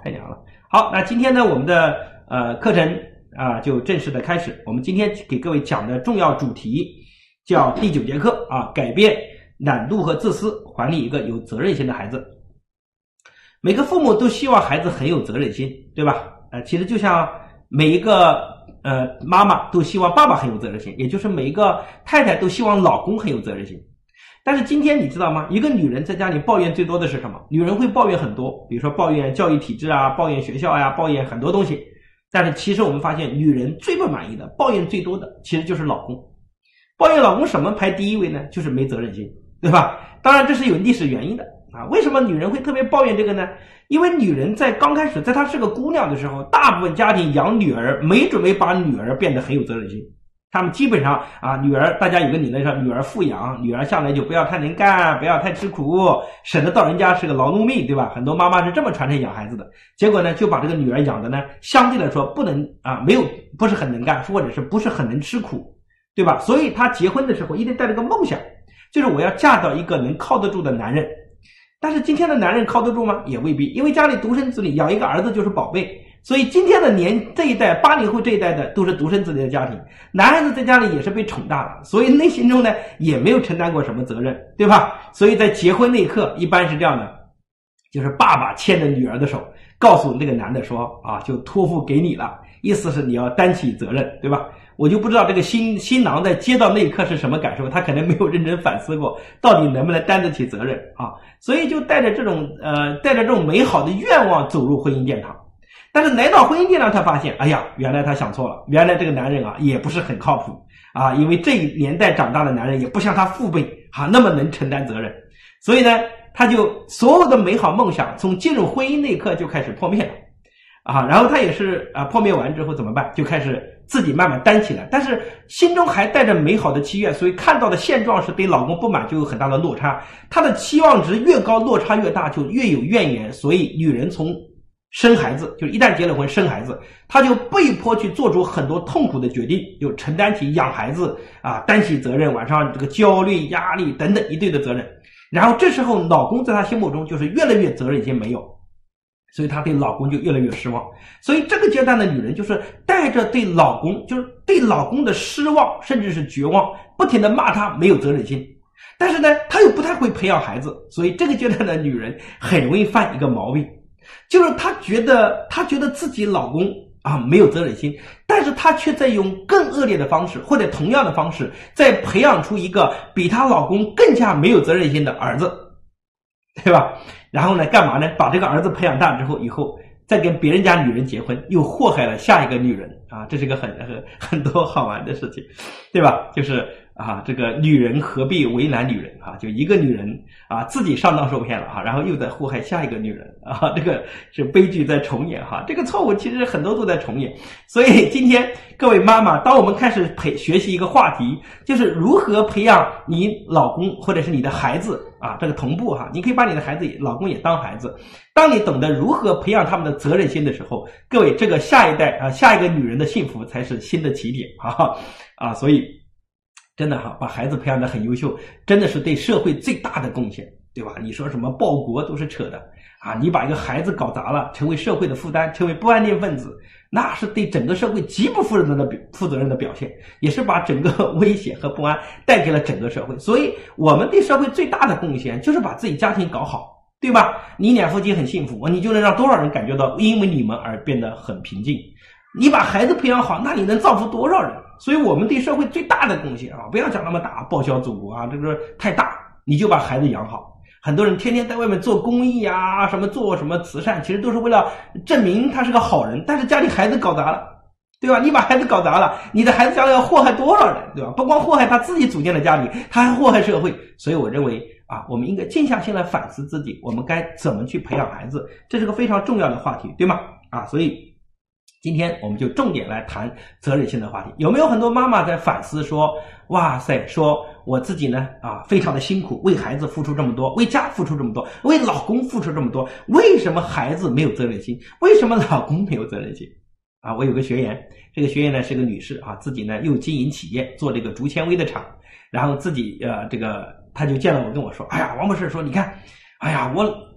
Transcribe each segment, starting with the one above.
太娘了。好，那今天呢，我们的课程就正式的开始。我们今天给各位讲的重要主题叫第9节课改变懒惰和自私，还你一个有责任心的孩子。每个父母都希望孩子很有责任心，对吧？其实就像每一个妈妈都希望爸爸很有责任心，也就是每一个太太都希望老公很有责任心。但是今天你知道吗？一个女人在家里抱怨最多的是什么？女人会抱怨很多，比如说抱怨教育体制啊，抱怨学校呀，抱怨很多东西。但是其实我们发现，女人最不满意的、抱怨最多的，其实就是老公。抱怨老公什么排第一位呢？就是没责任心，对吧？当然这是有历史原因的为什么女人会特别抱怨这个呢？因为女人在刚开始，在她是个姑娘的时候，大部分家庭养女儿没准备把女儿变得很有责任心。他们基本上女儿，大家有个理论说，女儿富养，女儿向来就不要太能干，不要太吃苦，省得到人家是个劳碌命，对吧？很多妈妈是这么传承养孩子的，结果呢，就把这个女儿养的呢，相对来说不是很能干，或者是不是很能吃苦，对吧？所以她结婚的时候一定带着个梦想，就是我要嫁到一个能靠得住的男人。但是今天的男人靠得住吗？也未必，因为家里独生子女养一个儿子就是宝贝。所以今天的这一代80后这一代的都是独生子女的家庭，男孩子在家里也是被宠大的，所以内心中呢也没有承担过什么责任，对吧？所以在结婚那一刻一般是这样的，就是爸爸牵着女儿的手，告诉那个男的说就托付给你了，意思是你要担起责任，对吧？我就不知道这个新郎在接到那一刻是什么感受，他可能没有认真反思过到底能不能担得起责任所以就带着这种美好的愿望走入婚姻殿堂。但是来到婚姻殿堂，他发现原来他想错了，原来这个男人也不是很靠谱因为这一年代长大的男人也不像他父辈那么能承担责任。所以呢，他就所有的美好梦想从进入婚姻那一刻就开始破灭了然后他也是破灭完之后怎么办？就开始自己慢慢担起来，但是心中还带着美好的期愿，所以看到的现状是对老公不满，就有很大的落差。他的期望值越高，落差越大，就越有怨言。所以女人从生孩子，就一旦结了婚生孩子，她就被迫去做出很多痛苦的决定，就承担起养孩子担起责任，晚上这个焦虑压力等等一堆的责任。然后这时候老公在她心目中就是越来越责任心没有，所以她对老公就越来越失望。所以这个阶段的女人就是带着对老公的失望甚至是绝望，不停地骂他没有责任心。但是呢，她又不太会培养孩子，所以这个阶段的女人很容易犯一个毛病，就是她觉得自己老公没有责任心，但是她却在用更恶劣的方式或者同样的方式在培养出一个比她老公更加没有责任心的儿子，对吧？然后呢，干嘛呢？把这个儿子培养大之后，以后再跟别人家女人结婚，又祸害了下一个女人这是个很多好玩的事情，对吧？就是这个女人何必为难女人就一个女人自己上当受骗了然后又在祸害下一个女人这个是悲剧在重演这个错误其实很多都在重演。所以今天各位妈妈，当我们开始学习一个话题，就是如何培养你老公或者是你的孩子这个同步你可以把你的孩子老公也当孩子。当你懂得如何培养他们的责任心的时候，各位这个下一代下一个女人的幸福才是新的起点所以真的把孩子培养得很优秀，真的是对社会最大的贡献，对吧？你说什么报国都是扯的你把一个孩子搞砸了，成为社会的负担，成为不安定分子，那是对整个社会极不负责任的表现，也是把整个危险和不安带给了整个社会。所以我们对社会最大的贡献就是把自己家庭搞好，对吧？你两夫妻很幸福，你就能让多少人感觉到因为你们而变得很平静。你把孩子培养好，那你能造福多少人？所以我们对社会最大的贡献不要讲那么大，报效祖国这个太大，你就把孩子养好。很多人天天在外面做公益做什么慈善，其实都是为了证明他是个好人，但是家里孩子搞砸了，对吧？你把孩子搞砸了，你的孩子将来要祸害多少人，对吧？不光祸害他自己组建的家庭，他还祸害社会。所以我认为我们应该静下心来反思自己，我们该怎么去培养孩子，这是个非常重要的话题，对吗？所以今天我们就重点来谈责任心的话题。有没有很多妈妈在反思说，哇塞，说我自己呢非常的辛苦，为孩子付出这么多，为家付出这么多，为老公付出这么多，为什么孩子没有责任心？为什么老公没有责任心？我有个学员，这个学员呢是个女士自己呢又经营企业，做这个竹纤维的厂，然后自己她就见了我跟我说，王博士说，你看，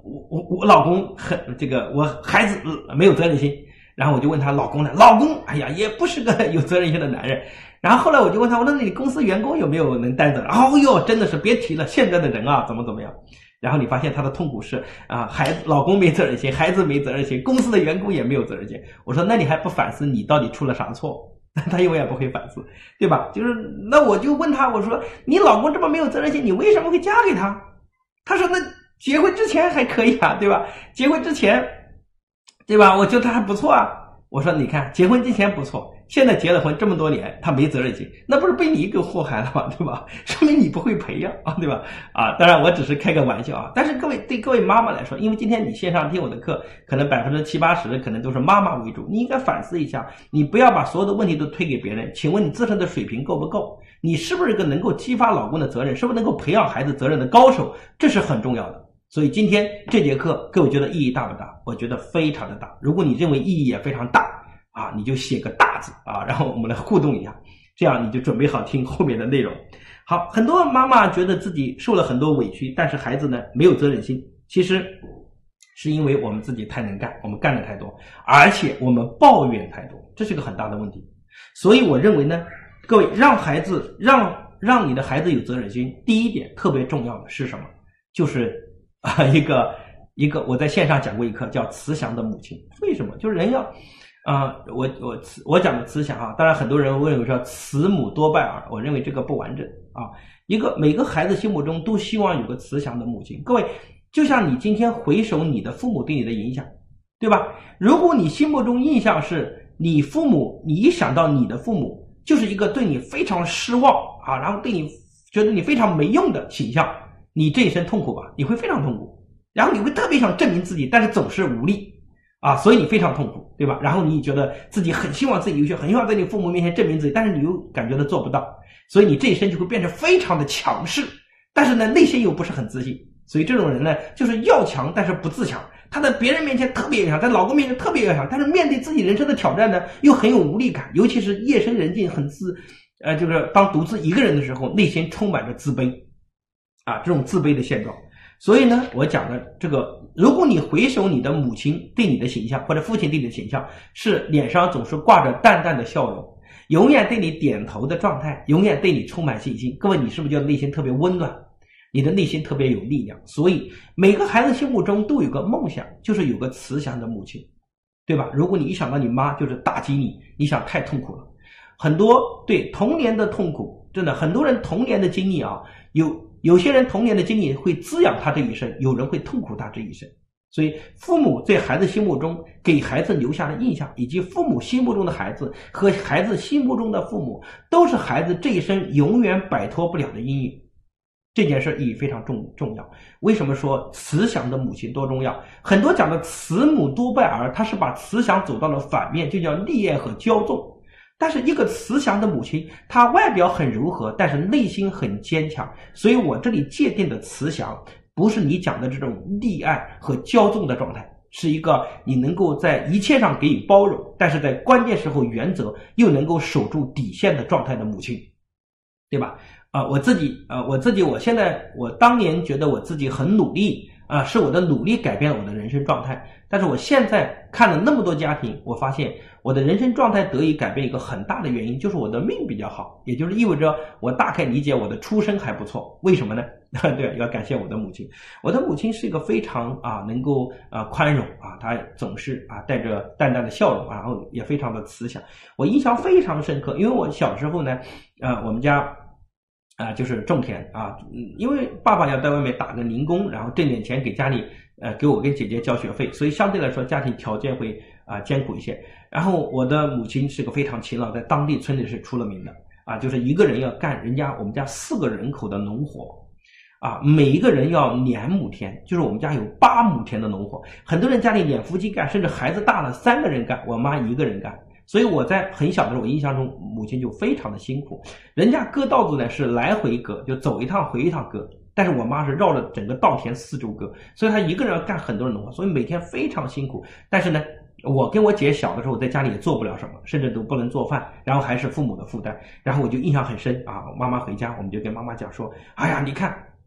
我老公我孩子没有责任心。然后我就问她老公呢，老公哎呀也不是个有责任心的男人。然后后来我就问他，我说你公司员工有没有能担责任？哦哟，真的是别提了，现在的人啊怎么样。然后你发现他的痛苦是老公没责任心，孩子没责任心，公司的员工也没有责任心。我说那你还不反思你到底出了啥错？他永远不会反思，对吧？那我就问他，我说你老公这么没有责任心，你为什么会嫁给他？他说那结婚之前还可以啊，对吧？结婚之前，对吧？我觉得他还不错啊。我说你看结婚之前不错，现在结了婚这么多年他没责任心，那不是被你给祸害了吗？对吧？说明你不会培养啊，对吧？当然我只是开个玩笑啊。但是对各位妈妈来说，因为今天你线上听我的课，可能70%-80%可能都是妈妈为主，你应该反思一下，你不要把所有的问题都推给别人。请问你自身的水平够不够？你是不是一个能够激发老公的责任，是不是能够培养孩子责任的高手？这是很重要的。所以今天这节课各位觉得意义大不大？我觉得非常的大。如果你认为意义也非常大你就写个大字然后我们来互动一下，这样你就准备好听后面的内容。好，很多妈妈觉得自己受了很多委屈，但是孩子呢没有责任心，其实是因为我们自己太能干，我们干的太多，而且我们抱怨太多，这是个很大的问题。所以我认为呢，各位让你的孩子有责任心，第一点特别重要的是什么？就是一个我在线上讲过一课叫慈祥的母亲。为什么？就是人要我讲的慈祥当然很多人认为说慈母多败儿，我认为这个不完整每个孩子心目中都希望有个慈祥的母亲。各位，就像你今天回首你的父母对你的影响，对吧？如果你心目中印象是你父母，你一想到你的父母就是一个对你非常失望然后对你觉得你非常没用的形象，你这一生痛苦吧，你会非常痛苦，然后你会特别想证明自己，但是总是无力所以你非常痛苦，对吧？然后你觉得自己很希望自己优秀，很希望在你父母面前证明自己，但是你又感觉到做不到，所以你这一生就会变成非常的强势，但是呢内心又不是很自信。所以这种人呢就是要强但是不自强，他在别人面前特别要强，在老公面前特别要强，但是面对自己人生的挑战呢又很有无力感，尤其是夜深人静就是当独自一个人的时候，内心充满着自卑这种自卑的现状。所以呢我讲的这个，如果你回首你的母亲对你的形象，或者父亲对你的形象，是脸上总是挂着淡淡的笑容，永远对你点头的状态，永远对你充满信心，各位你是不是觉得内心特别温暖，你的内心特别有力量？所以每个孩子心目中都有个梦想，就是有个慈祥的母亲，对吧？如果你一想到你妈就是打击你想太痛苦了。很多对童年的痛苦，真的很多人童年的经历有些人童年的经历会滋养他这一生，有人会痛苦他这一生。所以父母在孩子心目中给孩子留下的印象，以及父母心目中的孩子和孩子心目中的父母，都是孩子这一生永远摆脱不了的阴影。这件事意义非常重要。为什么说慈祥的母亲多重要？很多讲的慈母多败儿，他是把慈祥走到了反面，就叫溺爱和骄纵。但是一个慈祥的母亲，她外表很柔和，但是内心很坚强。所以我这里界定的慈祥，不是你讲的这种溺爱和骄纵的状态，是一个你能够在一切上给予包容，但是在关键时候原则又能够守住底线的状态的母亲，对吧？我当年觉得我自己很努力是我的努力改变了我的人生状态。但是我现在看了那么多家庭，我发现我的人生状态得以改变一个很大的原因，就是我的命比较好，也就是意味着我大概理解我的出身还不错。为什么呢？对，要感谢我的母亲。我的母亲是一个非常能够宽容她总是带着淡淡的笑容，然后也非常的慈祥。我印象非常深刻，因为我小时候呢我们家就是种田因为爸爸要在外面打个零工，然后挣点钱给家里给我跟姐姐交学费，所以相对来说家庭条件会艰苦一些。然后我的母亲是个非常勤劳，在当地村里是出了名的就是一个人要干我们家4个人口的农活每一个人要2亩田，就是我们家有8亩田的农活，很多人家里2夫妻干，甚至孩子大了3个人干，我妈1个人干。所以我在很小的时候，我印象中母亲就非常的辛苦，人家割稻子呢是来回割，就走一趟回一趟割，但是我妈是绕着整个稻田4周割，所以她一个人要干很多的农活，所以每天非常辛苦。但是呢我跟我姐小的时候在家里也做不了什么，甚至都不能做饭，然后还是父母的负担。然后我就印象很深妈妈回家，我们就跟妈妈讲说，哎呀你看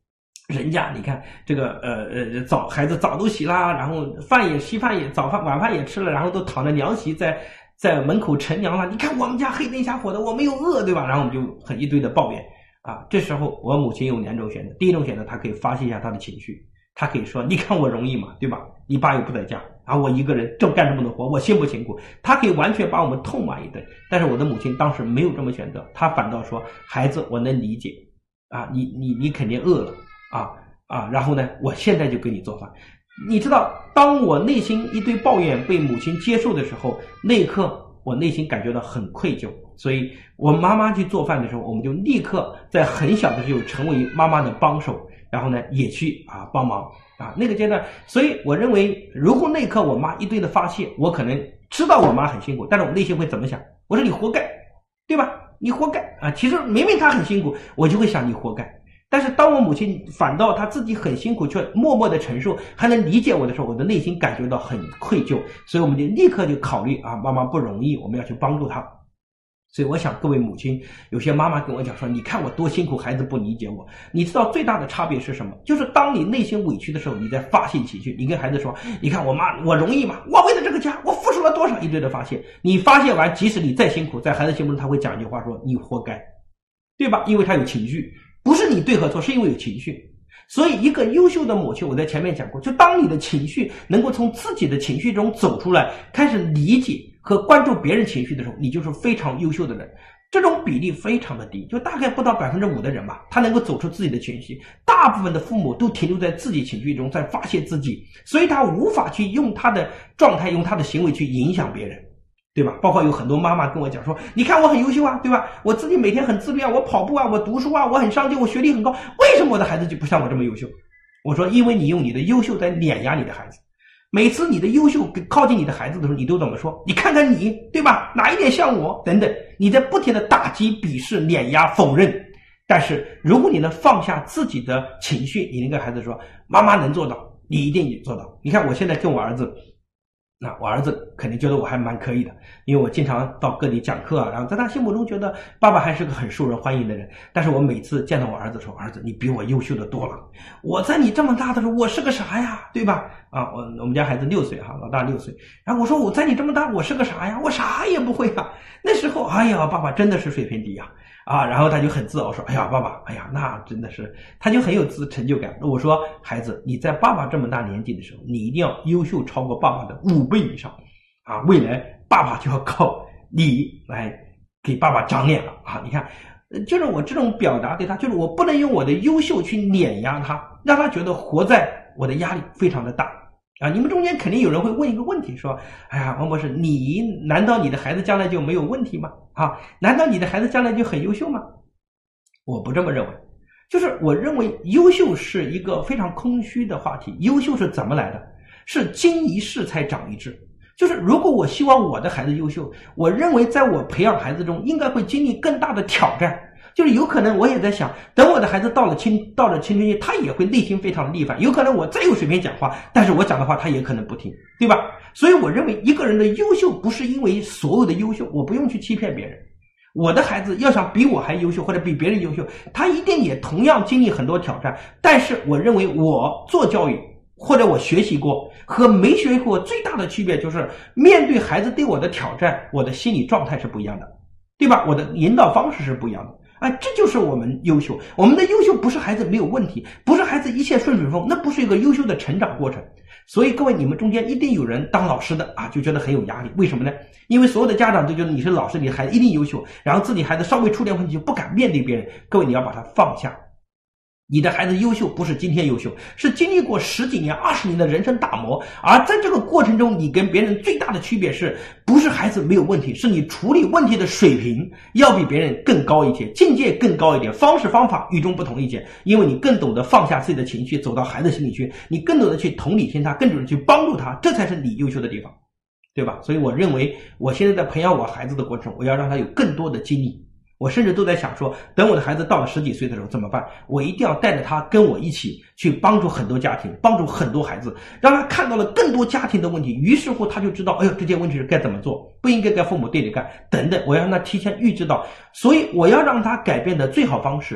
人家你看这个孩子澡都洗啦，然后稀饭也晚饭也吃了，然后都躺着娘席在门口乘凉了。你看我们家黑灯瞎火的，我没有饿，对吧？然后我们就很一堆的抱怨啊。这时候我母亲有2种选择，第一种选择，她可以发泄一下她的情绪，她可以说你看我容易嘛，对吧？你爸又不在家啊，我一个人正干这么多活，我辛不辛苦？她可以完全把我们痛骂一顿。但是我的母亲当时没有这么选择，她反倒说孩子，我能理解啊，你肯定饿了然后呢，我现在就给你做饭。你知道，当我内心一堆抱怨被母亲接受的时候，那一刻我内心感觉到很愧疚。所以我妈妈去做饭的时候，我们就立刻在很小的时候成为妈妈的帮手，然后呢也去帮忙那个阶段。所以我认为，如果那一刻我妈一堆的发泄，我可能知道我妈很辛苦，但是我内心会怎么想？我说你活该，对吧？你活该其实明明她很辛苦，我就会想你活该。但是当我母亲反倒她自己很辛苦却默默的承受，还能理解我的时候，我的内心感觉到很愧疚。所以我们就立刻就考虑妈妈不容易，我们要去帮助她。所以我想各位母亲，有些妈妈跟我讲说，你看我多辛苦，孩子不理解我。你知道最大的差别是什么？就是当你内心委屈的时候，你在发泄情绪，你跟孩子说，你看我容易吗？我为了这个家我付出了多少，一堆的发泄。你发泄完，即使你再辛苦，在孩子心目中他会讲一句话说，你活该，对吧？因为他有情绪，不是你对和错，是因为有情绪。所以一个优秀的母亲，我在前面讲过，就当你的情绪能够从自己的情绪中走出来，开始理解和关注别人情绪的时候，你就是非常优秀的人。这种比例非常的低，就大概不到 5% 的人吧，他能够走出自己的情绪。大部分的父母都停留在自己情绪中，在发泄自己，所以他无法去用他的状态，用他的行为去影响别人，对吧？包括有很多妈妈跟我讲说，你看我很优秀啊，对吧？我自己每天很自律啊，我跑步啊，我读书啊，我很上进，我学历很高，为什么我的孩子就不像我这么优秀？我说，因为你用你的优秀在碾压你的孩子。每次你的优秀靠近你的孩子的时候，你都怎么说？你看看你，对吧？哪一点像我？等等，你在不停的打击、鄙视、碾压、否认。但是如果你能放下自己的情绪，你能跟孩子说，妈妈能做到，你一定也做到。你看我现在跟我儿子，我儿子肯定觉得我还蛮可以的，因为我经常到各地讲课然后在他心目中觉得爸爸还是个很受人欢迎的人。但是我每次见到我儿子说，儿子你比我优秀的多了，我在你这么大的时候我是个啥呀，对吧？我们家孩子6岁老大6岁，然后我说我在你这么大我是个啥呀？我啥也不会那时候哎呀，爸爸真的是水平低然后他就很自傲说，哎呀爸爸，哎呀那真的是，他就很有成就感。我说孩子，你在爸爸这么大年纪的时候，你一定要优秀超过爸爸的5倍以上未来爸爸就要靠你来给爸爸长脸了你看就是我这种表达对他，就是我不能用我的优秀去碾压他，让他觉得活在我的压力非常的大你们中间肯定有人会问一个问题，说哎呀王博士，难道你的孩子将来就没有问题吗？难道你的孩子将来就很优秀吗？我不这么认为，就是我认为优秀是一个非常空虚的话题。优秀是怎么来的？是经一事才长一智。就是如果我希望我的孩子优秀，我认为在我培养孩子中应该会经历更大的挑战。就是有可能我也在想，等我的孩子到了青春期，他也会内心非常逆反，有可能我再有水平讲话，但是我讲的话他也可能不听，对吧？所以我认为一个人的优秀不是因为所有的优秀，我不用去欺骗别人。我的孩子要想比我还优秀或者比别人优秀，他一定也同样经历很多挑战。但是我认为我做教育或者我学习过和没学过最大的区别，就是面对孩子对我的挑战，我的心理状态是不一样的，对吧？我的引导方式是不一样的这就是我们优秀。我们的优秀不是孩子没有问题，不是孩子一切顺水风，那不是一个优秀的成长过程。所以各位，你们中间一定有人当老师的就觉得很有压力。为什么呢？因为所有的家长都觉得你是老师，你的孩子一定优秀，然后自己孩子稍微出点问题就不敢面对别人。各位，你要把它放下。你的孩子优秀不是今天优秀，是经历过10几年、20年的人生打磨，而在这个过程中，你跟别人最大的区别是，不是孩子没有问题，是你处理问题的水平要比别人更高一些，境界更高一点，方式方法与众不同一些，因为你更懂得放下自己的情绪，走到孩子心里去，你更懂得去同理心他，更懂得去帮助他，这才是你优秀的地方，对吧？所以我认为我现在在培养我孩子的过程，我要让他有更多的经历。我甚至都在想说，等我的孩子到了10几岁的时候怎么办？我一定要带着他跟我一起去帮助很多家庭，帮助很多孩子，让他看到了更多家庭的问题，于是乎他就知道，哎呦，这件问题是该怎么做，不应该跟父母对着干等等，我要让他提前预知到。所以我要让他改变的最好方式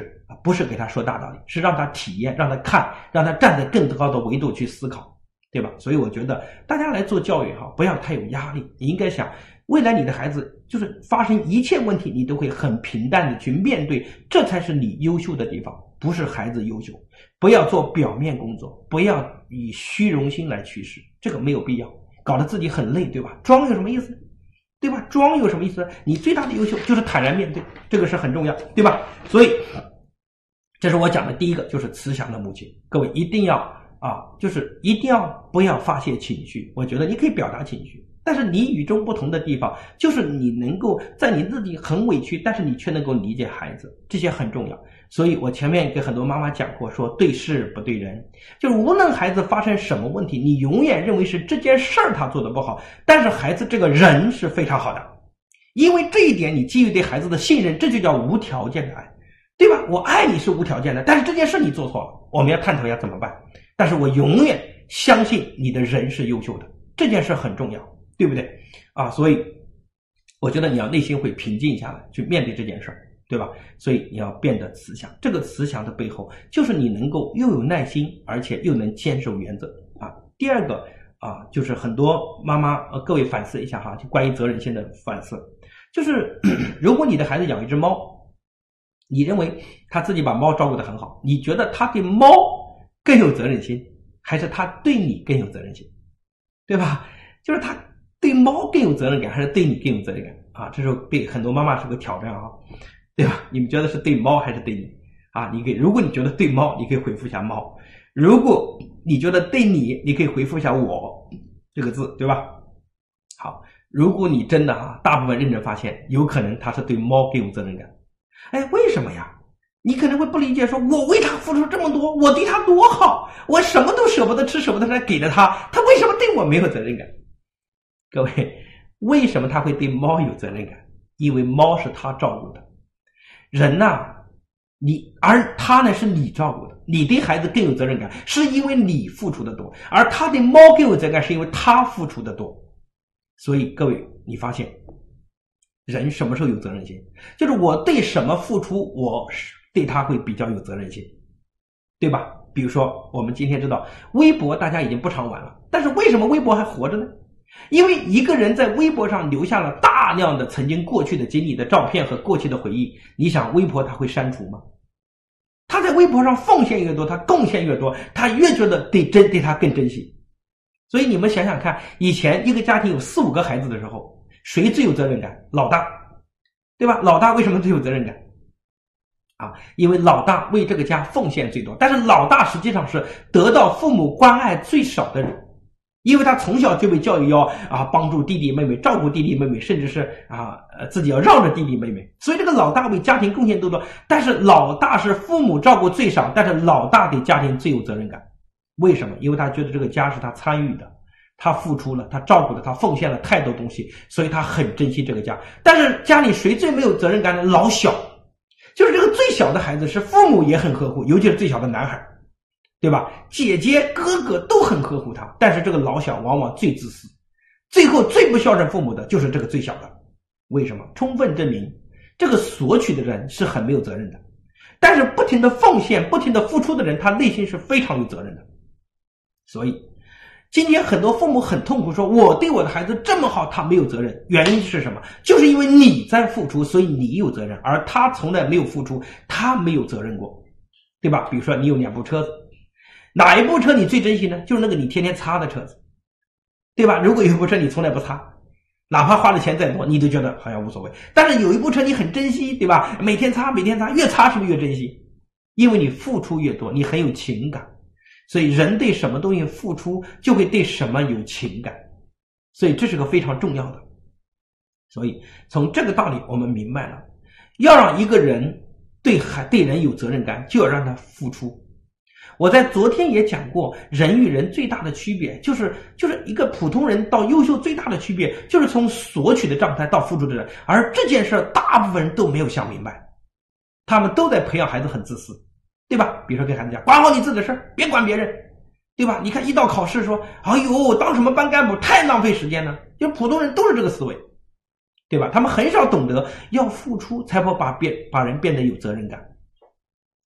不是给他说大道理，是让他体验，让他看，让他站在更高的维度去思考，对吧？所以我觉得大家来做教育不要太有压力，你应该想未来你的孩子就是发生一切问题你都会很平淡的去面对，这才是你优秀的地方，不是孩子优秀。不要做表面工作，不要以虚荣心来驱使，这个没有必要，搞得自己很累，对吧？装有什么意思？对吧？装有什么意思？你最大的优秀就是坦然面对，这个是很重要，对吧？所以这是我讲的第一个，就是慈祥的母亲。各位一定要就是一定要不要发泄情绪。我觉得你可以表达情绪，但是你与众不同的地方就是你能够在你自己很委屈，但是你却能够理解孩子，这些很重要。所以我前面给很多妈妈讲过，说对事不对人，就是无论孩子发生什么问题，你永远认为是这件事儿他做的不好，但是孩子这个人是非常好的，因为这一点你基于对孩子的信任，这就叫无条件的爱，对吧？我爱你是无条件的，但是这件事你做错了，我们要探讨一下怎么办。但是我永远相信你的人是优秀的，这件事很重要，对不对所以我觉得你要内心会平静下来去面对这件事儿，对吧？所以你要变得慈祥，这个慈祥的背后就是你能够又有耐心，而且又能坚守原则第二个就是很多妈妈各位反思一下就关于责任心的反思，就是如果你的孩子养一只猫，你认为他自己把猫照顾得很好，你觉得他对猫更有责任心，还是他对你更有责任心，对吧？就是他对猫更有责任感，还是对你更有责任感这时候对很多妈妈是个挑战对吧？你们觉得是对猫还是对你如果你觉得对猫，你可以回复一下猫；如果你觉得对你，你可以回复一下我这个字，对吧？好，如果你真的大部分认真发现，有可能他是对猫更有责任感。为什么呀？你可能会不理解，说我为他付出这么多，我对他多好，我什么都舍不得吃舍不得喝给了他，他为什么对我没有责任感？各位，为什么他会对猫有责任感？因为猫是他照顾的，人而他呢是你照顾的，你对孩子更有责任感，是因为你付出的多，而他对猫更有责任感，是因为他付出的多。所以各位，你发现人什么时候有责任心？就是我对什么付出，我对他会比较有责任心，对吧？比如说我们今天知道微博大家已经不常玩了，但是为什么微博还活着呢？因为一个人在微博上留下了大量的曾经过去的经历的照片和过去的回忆，你想微博他会删除吗？他在微博上奉献越多，他贡献越多，他越觉得对他更珍惜。所以你们想想看，以前一个家庭有4-5个孩子的时候，谁最有责任感？老大，对吧？老大为什么最有责任感因为老大为这个家奉献最多，但是老大实际上是得到父母关爱最少的人，因为他从小就被教育要帮助弟弟妹妹，照顾弟弟妹妹，甚至是自己要绕着弟弟妹妹，所以这个老大为家庭贡献最多，但是老大是父母照顾最少，但是老大对家庭最有责任感。为什么？因为他觉得这个家是他参与的，他付出了，他照顾了，他奉献了太多东西，所以他很珍惜这个家。但是家里谁最没有责任感呢？老小，就是这个最小的孩子是父母也很呵护，尤其是最小的男孩，对吧？姐姐哥哥都很呵护他，但是这个老小往往最自私，最后最不孝顺父母的就是这个最小的。为什么？充分证明这个索取的人是很没有责任的，但是不停的奉献不停的付出的人，他内心是非常有责任的。所以今天很多父母很痛苦，说我对我的孩子这么好，他没有责任。原因是什么？就是因为你在付出，所以你有责任，而他从来没有付出，他没有责任过，对吧？比如说你有2部车子，哪一部车你最珍惜呢？就是那个你天天擦的车子，对吧？如果有一部车你从来不擦，哪怕花的钱再多，你都觉得好像无所谓。但是有一部车你很珍惜，对吧？每天擦，越擦是不是越珍惜？因为你付出越多，你很有情感。所以人对什么东西付出，就会对什么有情感，所以这是个非常重要的。所以从这个道理我们明白了，要让一个人对人有责任感，就要让他付出。我在昨天也讲过，人与人最大的区别就是一个普通人到优秀最大的区别就是从索取的状态到付出的人，而这件事大部分人都没有想明白，他们都在培养孩子很自私，对吧？比如说跟孩子讲，管好你自己的事，别管别人，对吧？你看一到考试说，哎呦，当什么班干部太浪费时间了，就普通人都是这个思维，对吧？他们很少懂得要付出才会把人变得有责任感。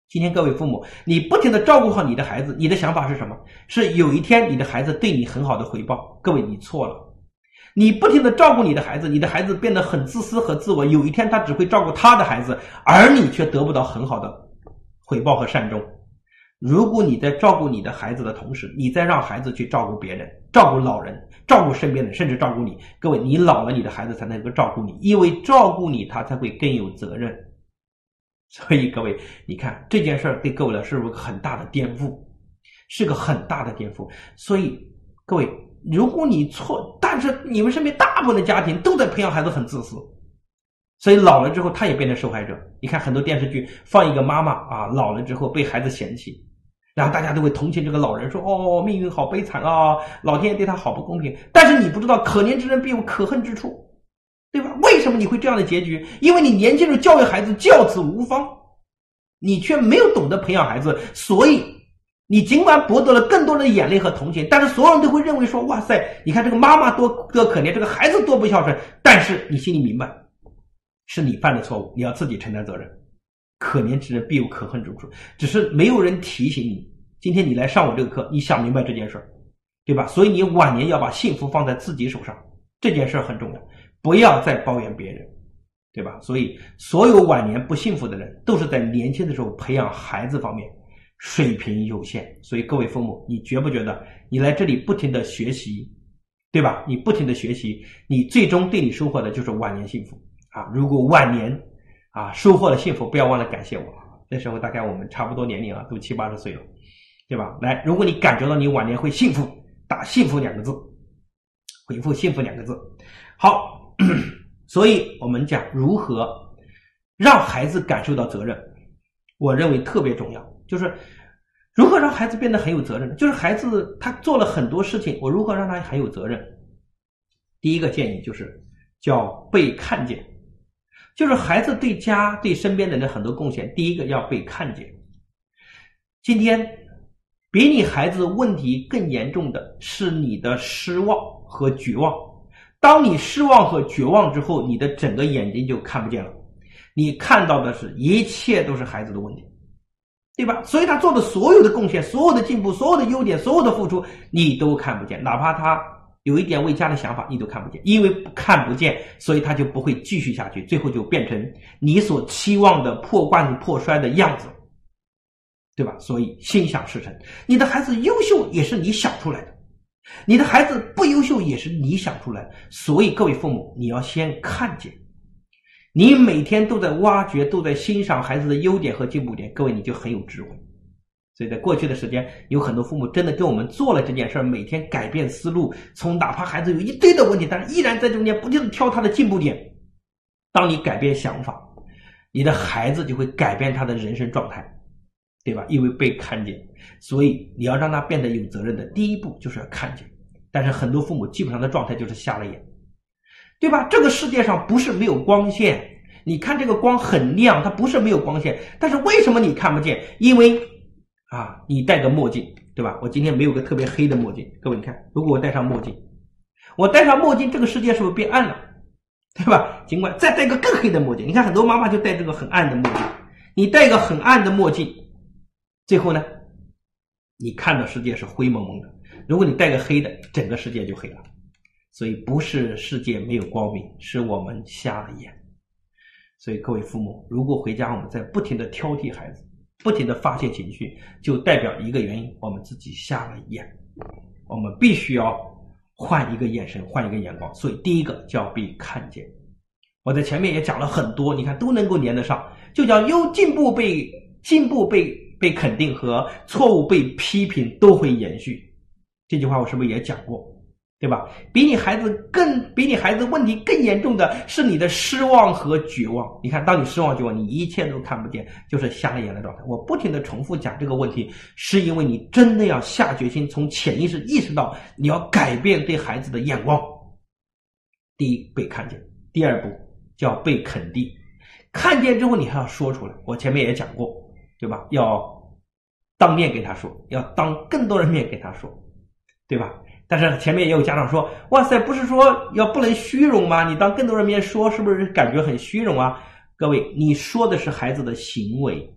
今天各位父母，你不停的照顾好你的孩子，你的想法是什么？是有一天你的孩子对你很好的回报。各位，你错了。你不停的照顾你的孩子，你的孩子变得很自私和自我，有一天他只会照顾他的孩子，而你却得不到很好的回报和善终。如果你在照顾你的孩子的同时，你在让孩子去照顾别人，照顾老人，照顾身边的人，甚至照顾你，各位，你老了，你的孩子才能够照顾你，因为照顾你他才会更有责任。所以各位，你看这件事儿对各位来说是个很大的颠覆，是个很大的颠覆。所以各位，如果你错，但是你们身边大部分的家庭都在培养孩子很自私，所以老了之后他也变成受害者。你看很多电视剧放一个妈妈啊，老了之后被孩子嫌弃，然后大家都会同情这个老人，说哦，命运好悲惨啊，老天爷对他好不公平。但是你不知道，可怜之人必有可恨之处，对吧？为什么你会这样的结局？因为你年轻人教育孩子教子无方，你却没有懂得培养孩子，所以你尽管博得了更多的眼泪和同情，但是所有人都会认为说，哇塞，你看这个妈妈多可怜，这个孩子多不孝顺。但是你心里明白，是你犯的错误，你要自己承担责任。可怜之人必有可恨之处，只是没有人提醒你。今天你来上我这个课，你想明白这件事儿，对吧？所以你晚年要把幸福放在自己手上，这件事儿很重要，不要再抱怨别人，对吧？所以所有晚年不幸福的人，都是在年轻的时候培养孩子方面水平有限。所以各位父母，你觉不觉得你来这里不停的学习，对吧？你不停的学习，你最终对你收获的就是晚年幸福啊！如果晚年收获了幸福，不要忘了感谢我。那时候大概我们差不多年龄都70、80岁了，对吧？来，如果你感觉到你晚年会幸福，打幸福2个字，回复幸福2个字。好，所以我们讲如何让孩子感受到责任，我认为特别重要。就是如何让孩子变得很有责任，就是孩子他做了很多事情，我如何让他很有责任。第一个建议就是叫被看见，就是孩子对家对身边的人很多贡献，第一个要被看见。今天比你孩子问题更严重的是你的失望和绝望。当你失望和绝望之后，你的整个眼睛就看不见了，你看到的是一切都是孩子的问题，对吧？所以他做的所有的贡献，所有的进步，所有的优点，所有的付出，你都看不见，哪怕他有一点为家的想法，你都看不见。因为看不见，所以他就不会继续下去，最后就变成你所期望的破罐子破摔的样子，对吧？所以心想事成，你的孩子优秀也是你想出来的，你的孩子不优秀也是你想出来的。所以各位父母，你要先看见，你每天都在挖掘，都在欣赏孩子的优点和进步点，各位你就很有智慧。所以在过去的时间，有很多父母真的跟我们做了这件事，每天改变思路，从哪怕孩子有一堆的问题，但是依然在中间不停地挑他的进步点。当你改变想法，你的孩子就会改变他的人生状态，对吧？因为被看见，所以你要让他变得有责任的第一步就是要看见。但是很多父母基本上的状态就是瞎了眼，对吧？这个世界上不是没有光线，你看这个光很亮，它不是没有光线，但是为什么你看不见？因为你戴个墨镜，对吧？我今天没有个特别黑的墨镜，各位你看，如果我戴上墨镜，这个世界是不是变暗了，对吧？尽管再戴个更黑的墨镜，你看很多妈妈就戴这个很暗的墨镜，你戴一个很暗的墨镜，最后呢，你看到世界是灰蒙蒙的。如果你戴个黑的，整个世界就黑了。所以不是世界没有光明，是我们瞎了眼。所以各位父母，如果回家我们在不停的挑剔孩子，不停的发泄情绪，就代表一个原因，我们自己瞎了眼。我们必须要换一个眼神，换一个眼光。所以第一个叫被看见。我在前面也讲了很多，你看都能够连得上，就叫进步被肯定和错误被批评都会延续。这句话我是不是也讲过，对吧？比你孩子问题更严重的是你的失望和绝望。你看，当你失望绝望，你一切都看不见，就是瞎了眼的状态。我不停的重复讲这个问题，是因为你真的要下决心，从潜意识意识到你要改变对孩子的眼光。第一，被看见；第二步叫被肯定。看见之后，你还要说出来。我前面也讲过，对吧？要当面给他说，要当更多人面给他说，对吧？但是前面也有家长说，哇塞，不是说不能虚荣吗？你当更多人面说，是不是感觉很虚荣啊？各位，你说的是孩子的行为，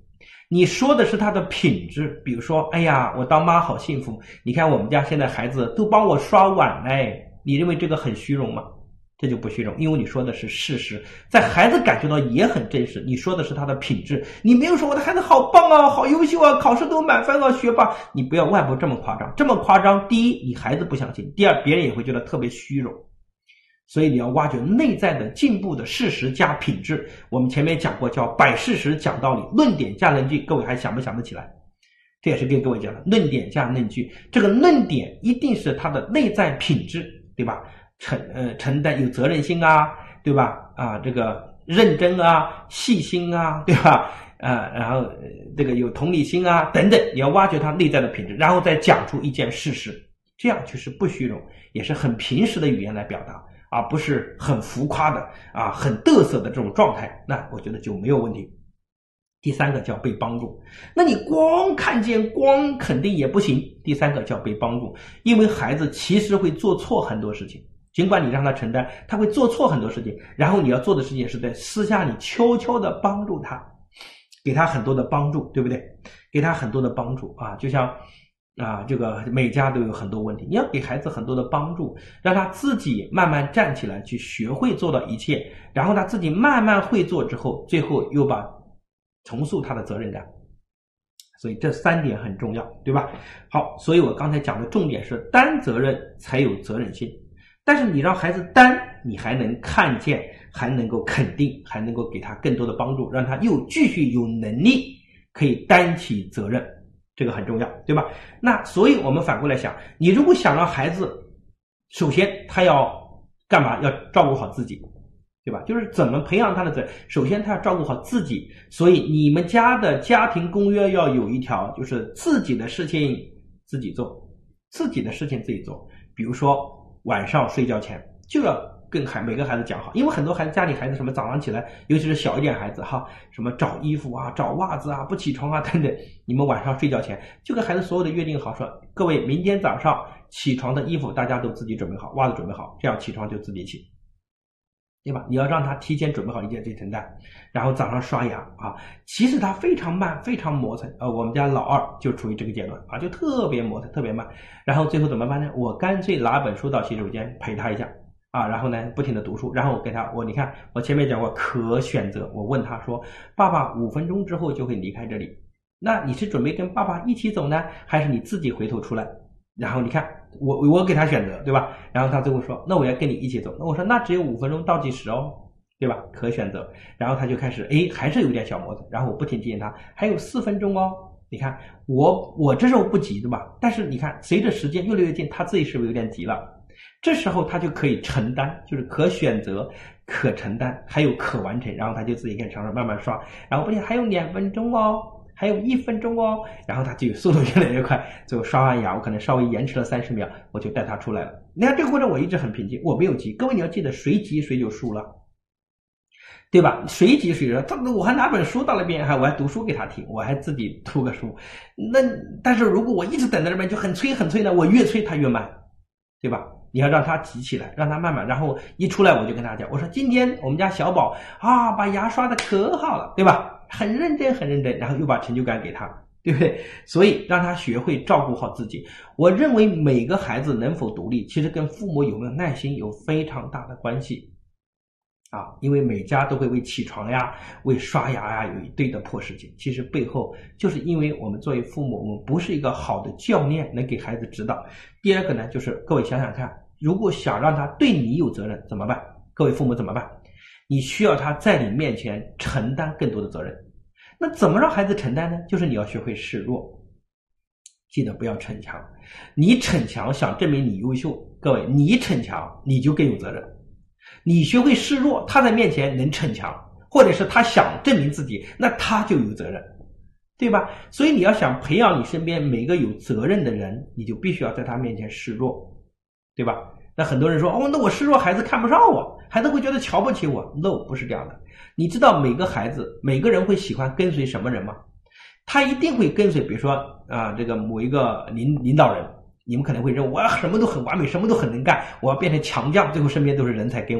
你说的是他的品质，比如说，哎呀，我当妈好幸福，你看我们家现在孩子都帮我刷碗嘞，你认为这个很虚荣吗？这就不虚荣，因为你说的是事实，在孩子感觉到也很真实，你说的是他的品质，你没有说我的孩子好棒啊，好优秀啊，考试都满分啊，学霸，你不要外部这么夸张，这么夸张，第一你孩子不相信，第二别人也会觉得特别虚荣。所以你要挖掘内在的进步的事实加品质，我们前面讲过叫摆事实讲道理，论点加论据，各位还想不想得起来？这也是跟各位讲的，论点加论据，这个论点一定是他的内在品质，对吧？承担有责任心啊，对吧？这个认真啊，细心啊，对吧？然后这个有同理心啊，等等，你要挖掘他内在的品质，然后再讲出一件事实，这样就是不虚荣，也是很平实的语言来表达。不是很浮夸的很嘚瑟的这种状态，那我觉得就没有问题。第三个叫被帮助，那你光看见光肯定也不行。第三个叫被帮助，因为孩子其实会做错很多事情，尽管你让他承担，他会做错很多事情，然后你要做的事情是在私下里悄悄的帮助他，给他很多的帮助，对不对？给他很多的帮助就像这个每家都有很多问题，你要给孩子很多的帮助，让他自己慢慢站起来去学会做到一切，然后他自己慢慢会做之后，最后又重塑他的责任感。所以这三点很重要，对吧？好，所以我刚才讲的重点是担责任才有责任心，但是你让孩子担，你还能看见，还能够肯定，还能够给他更多的帮助，让他又继续有能力可以担起责任，这个很重要，对吧？那所以我们反过来想，你如果想让孩子，首先他要干嘛？要照顾好自己，对吧？就是怎么培养他的责任，首先他要照顾好自己。所以你们家的家庭公约要有一条，就是自己的事情自己做，自己的事情自己做。比如说晚上睡觉前就要跟每个孩子讲好，因为很多孩子家里孩子什么早上起来，尤其是小一点孩子什么找衣服找袜子不起床等等，你们晚上睡觉前就跟孩子所有的约定好，说各位明天早上起床的衣服大家都自己准备好，袜子准备好，这样起床就自己起，对吧？你要让他提前准备好一件这承担，然后早上刷牙其实他非常慢，非常磨蹭我们家老二就处于这个阶段就特别磨蹭，特别慢，然后最后怎么办呢？我干脆拿本书到洗手间陪他一下然后呢不停的读书，然后我给他你看我前面讲过可选择，我问他说爸爸5分钟之后就会离开这里，那你是准备跟爸爸一起走呢，还是你自己回头出来？然后你看我给他选择，对吧？然后他最后说那我要跟你一起走，那我说那只有5分钟倒计时对吧？可选择。然后他就开始还是有点小磨蹭，然后我不停提醒他还有4分钟你看我这时候不急对吧？但是你看随着时间越来越近，他自己是不是有点急了？这时候他就可以承担，就是可选择可承担还有可完成，然后他就自己开始慢慢刷，然后不行还有2分钟还有1分钟然后他就速度越来越快，最后刷完牙我可能稍微延迟了30秒，我就带他出来了。你看这个过程我一直很平静，我没有急。各位你要记得谁急谁就输了，对吧？谁急谁输，我还拿本书到那边我还读书给他听，我还自己读个书。但是如果我一直等在那边就很催呢，我越催他越慢，对吧？你要让他急起来，让他慢慢，然后一出来我就跟他讲，我说今天我们家小宝把牙刷的可好了，对吧？很认真很认真，然后又把成就感给他，对不对？所以让他学会照顾好自己。我认为每个孩子能否独立，其实跟父母有没有耐心有非常大的关系因为每家都会为起床为刷牙有一堆的破事情，其实背后就是因为我们作为父母，我们不是一个好的教练能给孩子指导。第二个呢，就是各位想想看，如果想让他对你有责任怎么办？各位父母怎么办？你需要他在你面前承担更多的责任。那怎么让孩子承担呢？就是你要学会示弱，记得不要逞强。你逞强想证明你优秀，各位你逞强你就更有责任。你学会示弱，他在面前能逞强，或者是他想证明自己，那他就有责任，对吧？所以你要想培养你身边每个有责任的人，你就必须要在他面前示弱，对吧？那很多人说那我示弱孩子看不上我，孩子会觉得瞧不起我。 No， 不是这样的。你知道每个孩子每个人会喜欢跟随什么人吗？他一定会跟随比如说这个某一个领导人，你们可能会认为我什么都很完美，什么都很能干，我要变成强将，最后身边都是人才跟我。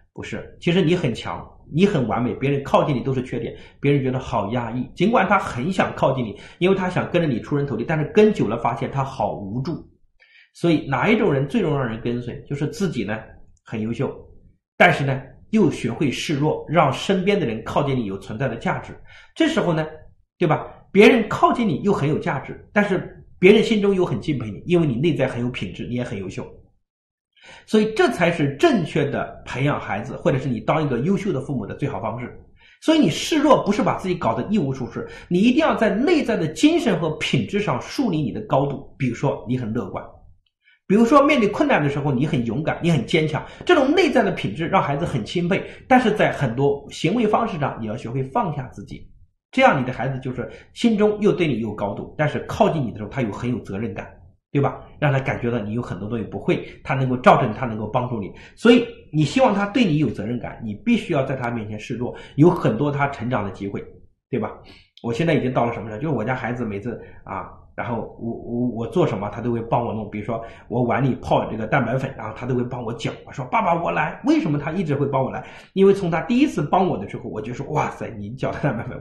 不是，其实你很强，你很完美，别人靠近你都是缺点，别人觉得好压抑。尽管他很想靠近你，因为他想跟着你出人头地，但是跟久了发现他好无助。所以哪一种人最容易让人跟随？就是自己呢很优秀，但是呢又学会示弱，让身边的人靠近你有存在的价值。这时候呢，对吧？别人靠近你又很有价值，但是别人心中又很敬佩你，因为你内在很有品质，你也很优秀。所以这才是正确的培养孩子，或者是你当一个优秀的父母的最好方式。所以你示弱不是把自己搞得一无所事，你一定要在内在的精神和品质上树立你的高度。比如说你很乐观，比如说面对困难的时候你很勇敢，你很坚强，这种内在的品质让孩子很钦佩。但是在很多行为方式上你要学会放下自己，这样你的孩子就是心中又对你有高度，但是靠近你的时候他又很有责任感，对吧？让他感觉到你有很多东西不会，他能够照着你，他能够帮助你。所以你希望他对你有责任感，你必须要在他面前示弱，有很多他成长的机会，对吧？我现在已经到了什么呢？就是我家孩子每次然后我做什么他都会帮我弄。比如说我碗里泡这个蛋白粉，然后他都会帮我搅。我说爸爸我来。为什么他一直会帮我来？因为从他第一次帮我的时候，我就说哇塞，你搅的蛋白粉